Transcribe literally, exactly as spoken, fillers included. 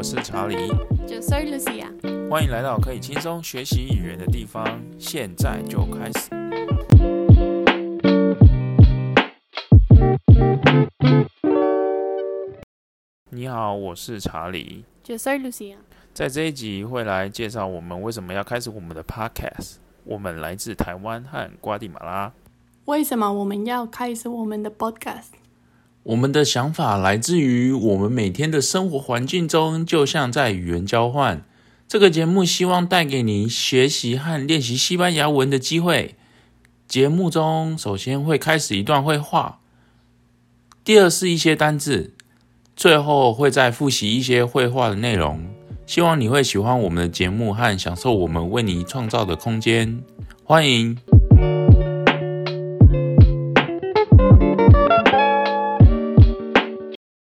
是查理。 我是 Lucia。 欢迎来到可以轻松学习语言的地方，现在就开始。你好，我是查理。 我是 Lucia。 在这一集会来介绍我们为什么要开始我们的 podcast。我们来自台湾和瓜地马拉。 为什么我们要开始我们的 podcast？ 我们的想法来自于我们每天的生活环境中，就像在语言交换。这个节目希望带给你学习和练习西班牙文的机会。节目中首先会开始一段会话，第二是一些单字，最后会再复习一些会话的内容。希望你会喜欢我们的节目和享受我们为你创造的空间。欢迎。